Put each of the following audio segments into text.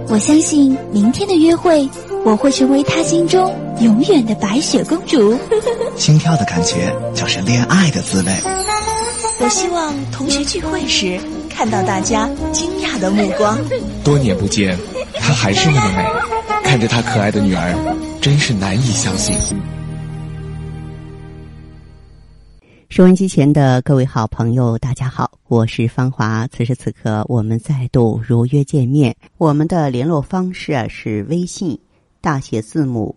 我相信明天的约会，我会成为他心中永远的白雪公主。 心跳的感觉就是恋爱的滋味。 我希望同学聚会时看到大家惊讶的目光。 多年不见，她还是那么美，看着她可爱的女儿，真是难以相信。 收音机前的各位好朋友，大家好，我是芳华。此时此刻，我们再度如约见面。我们的联络方式是微信大写字母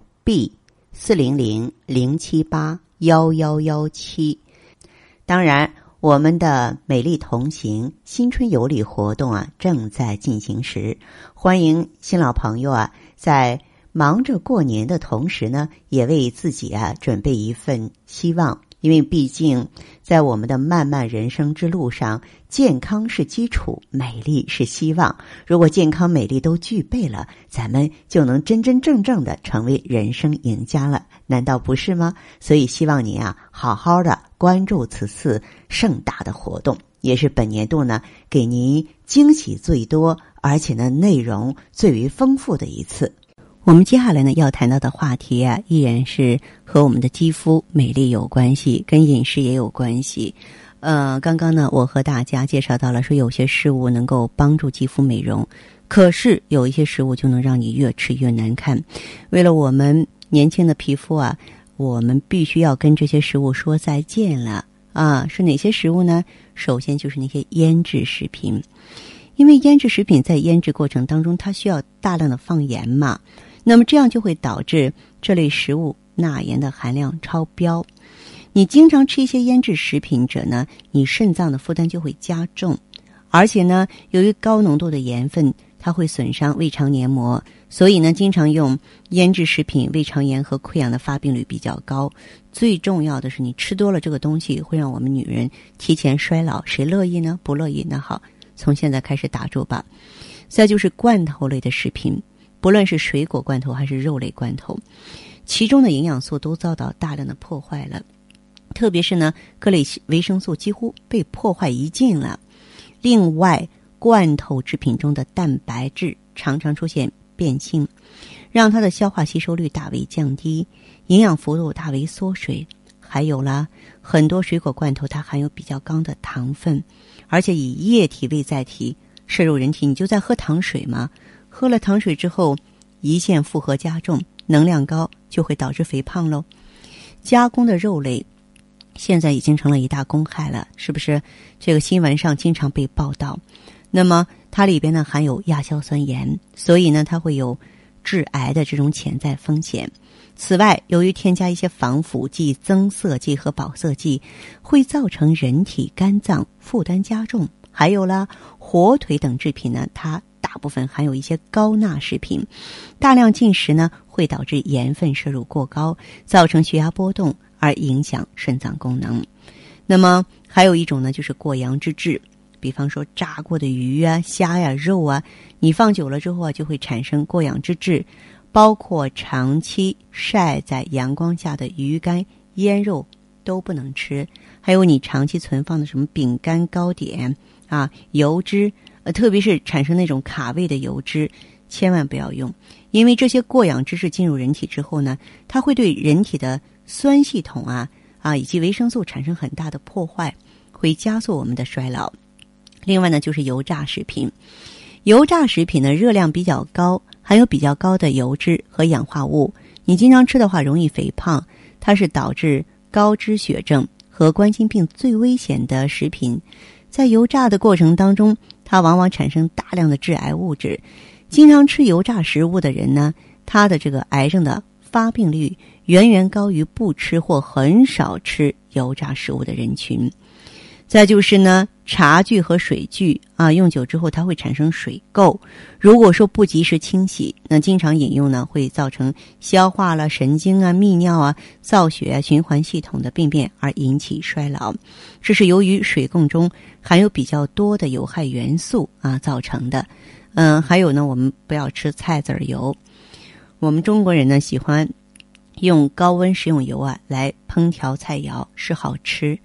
B40007811117。当然，我们的美丽同行新春有礼活动正在进行时，欢迎新老朋友在忙着过年的同时呢，也为自己准备一份希望。因为毕竟在我们的漫漫人生之路上，健康是基础，美丽是希望。如果健康美丽都具备了，咱们就能真真正正的成为人生赢家了，难道不是吗？所以希望您好好的关注此次盛大的活动，也是本年度呢给您惊喜最多，而且呢内容最为丰富的一次。我们接下来呢要谈到的话题依然是和我们的肌肤美丽有关系，跟饮食也有关系。刚刚呢我和大家介绍到了说有些食物能够帮助肌肤美容，可是有一些食物就能让你越吃越难看。为了我们年轻的皮肤我们必须要跟这些食物说再见了是哪些食物呢？首先就是那些腌制食品，因为腌制食品在腌制过程当中它需要大量的放盐嘛，那么这样就会导致这类食物钠盐的含量超标。你经常吃一些腌制食品者呢，你肾脏的负担就会加重，而且呢，由于高浓度的盐分，它会损伤胃肠黏膜，所以呢，经常用腌制食品，胃肠炎和溃疡的发病率比较高。最重要的是，你吃多了这个东西，会让我们女人提前衰老，谁乐意呢？不乐意。那好，从现在开始打住吧。再就是罐头类的食品，不论是水果罐头还是肉类罐头，其中的营养素都遭到大量的破坏了，特别是呢各类维生素几乎被破坏一尽了。另外，罐头制品中的蛋白质常常出现变性，让它的消化吸收率大为降低，营养幅度大为缩水。还有啦，很多水果罐头它含有比较高的糖分，而且以液体为载体摄入人体，你就在喝糖水嘛，喝了糖水之后，胰腺负荷加重，能量高，就会导致肥胖咯。加工的肉类现在已经成了一大公害了，是不是？这个新闻上经常被报道。那么它里边呢含有亚硝酸盐，所以呢它会有致癌的这种潜在风险。此外，由于添加一些防腐剂、增色剂和保色剂，会造成人体肝脏负担加重。还有啦，火腿等制品呢，它大部分含有一些高钠食品，大量进食呢会导致盐分摄入过高，造成血压波动，而影响肾脏功能。那么还有一种呢，就是过洋之质，比方说炸过的鱼虾肉你放久了之后就会产生过氧之质，包括长期晒在阳光下的鱼干、腌肉都不能吃。还有你长期存放的什么饼干、糕点油脂，特别是产生那种卡味的油脂，千万不要用。因为这些过氧之质进入人体之后呢，它会对人体的酸系统以及维生素产生很大的破坏，会加速我们的衰老。另外呢，就是油炸食品。油炸食品呢，热量比较高，含有比较高的油脂和氧化物，你经常吃的话容易肥胖，它是导致高脂血症和冠心病最危险的食品。在油炸的过程当中，它往往产生大量的致癌物质。经常吃油炸食物的人呢，他的这个癌症的发病率远远高于不吃或很少吃油炸食物的人群。再就是呢，茶具和水具用久之后它会产生水垢，如果说不及时清洗，那经常饮用呢，会造成消化了、神经泌尿造血循环系统的病变，而引起衰老。这是由于水垢中含有比较多的有害元素造成的。还有呢，我们不要吃菜籽油。我们中国人呢喜欢用高温食用油来烹调菜肴，是好吃，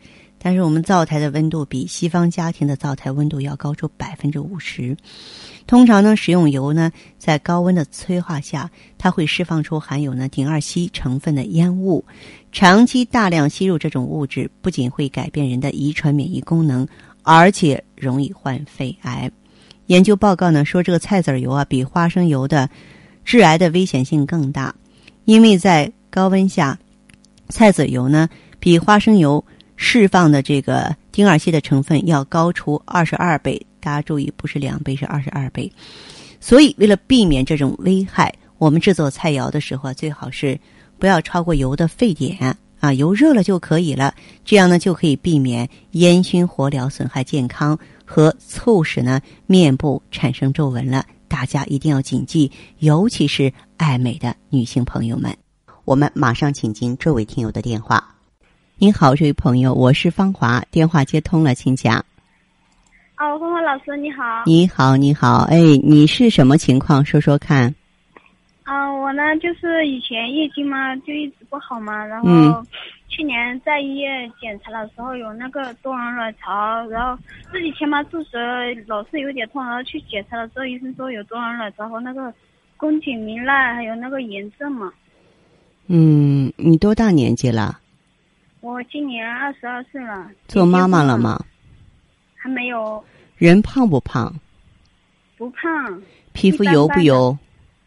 但是我们灶台的温度比西方家庭的灶台温度要高出50%。通常呢，食用油呢，在高温的催化下，它会释放出含有呢丁二烯成分的烟雾。长期大量吸入这种物质，不仅会改变人的遗传免疫功能，而且容易患肺癌。研究报告呢说，这个菜籽油啊，比花生油的致癌的危险性更大，因为在高温下，菜籽油呢比花生油释放的这个丁二烯的成分要高出22倍。大家注意，不是2倍，是22倍。所以为了避免这种危害，我们制作菜肴的时候最好是不要超过油的沸点啊，油热了就可以了。这样呢，就可以避免烟熏火燎损害健康和促使呢面部产生皱纹了。大家一定要谨记，尤其是爱美的女性朋友们。我们马上请进这位听友的电话。您好，这位朋友，我是芳华，电话接通了，请讲。 芳华老师你好。 你好，你好，哎，你是什么情况？说说看。 我呢就是以前月经嘛就一直不好嘛，然后去年在医院检查的时候有那个多囊卵巢，然后自己前麻肚子老是有点痛，然后去检查的时候医生说有多囊卵巢和那个宫颈糜烂还有那个炎症嘛。 你多大年纪了？ 我今年22岁了。 做妈妈了吗？ 还没有。 人胖不胖？ 不胖。 皮肤油不油？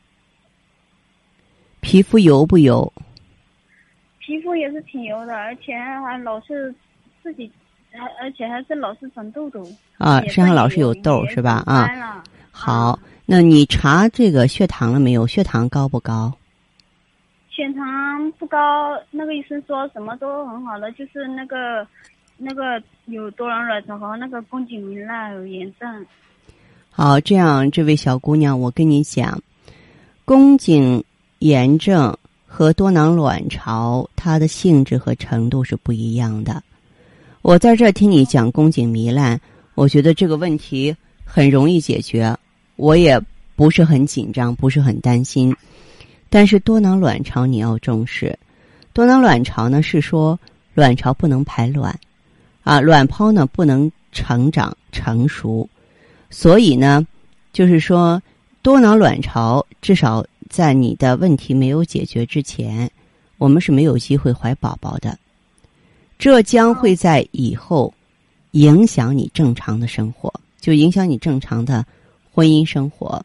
皮肤油不油？ 皮肤也是挺油的，而且还老是自己，而且还是老是长痘痘。 身上老是有痘是吧？好，那你查这个血糖了没有？血糖高不高？ 血糖不高，那个医生说什么都很好的，就是那个有多囊卵巢和那个宫颈糜烂有炎症。 好，这样这位小姑娘，我跟你讲，宫颈炎症和多囊卵巢它的性质和程度是不一样的。我在这儿听你讲宫颈糜烂，我觉得这个问题很容易解决，我也不是很紧张，不是很担心。但是多囊卵巢你要重视。多囊卵巢呢是说卵巢不能排卵卵泡呢不能成长成熟，所以呢就是说多囊卵巢至少在你的问题没有解决之前，我们是没有机会怀宝宝的。这将会在以后影响你正常的生活，就影响你正常的婚姻生活。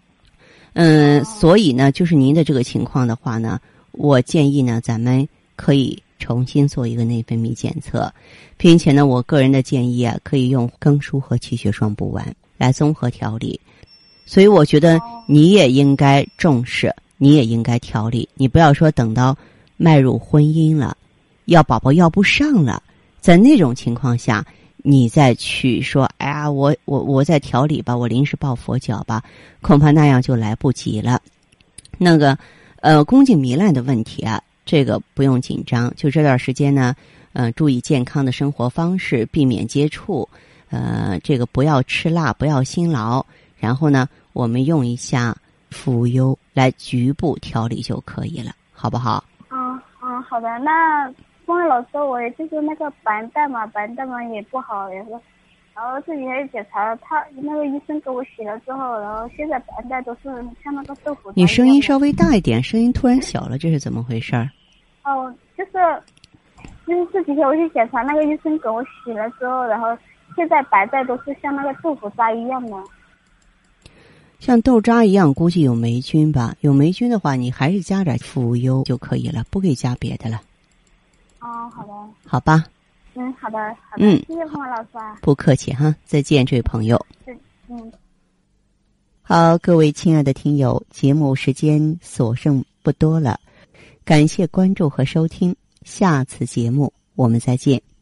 所以呢，就是您的这个情况的话呢，我建议呢，咱们可以重新做一个内分泌检测，并且呢，我个人的建议可以用更舒和气血双补丸来综合调理。所以我觉得你也应该重视，你也应该调理。你不要说等到迈入婚姻了，要宝宝要不上了，在那种情况下，你再去说，哎呀，我再调理吧，我临时抱佛脚吧，恐怕那样就来不及了。那个宫颈糜烂的问题这个不用紧张，就这段时间呢，注意健康的生活方式，避免接触，这个不要吃辣，不要辛劳，然后呢，我们用一下腐优来局部调理就可以了，好不好？ 好的。那风老师，我也就是那个白带嘛也不好，也是，然后自己也检查了，他那个医生给我洗了之后，然后现在白带都是像那个豆腐。 你声音稍微大一点，声音突然小了，这是怎么回事？ 就是这几天我去检查，那个医生给我洗了之后，然后现在白带都是像那个豆腐渣一样的。 像豆渣一样，估计有霉菌吧？有霉菌的话，你还是加点腐优就可以了，不给加别的了。 好的。 好吧。 好的。谢谢黄老师不客气哈，再见，这位朋友。好，各位亲爱的听友，节目时间所剩不多了，感谢关注和收听，下次节目我们再见。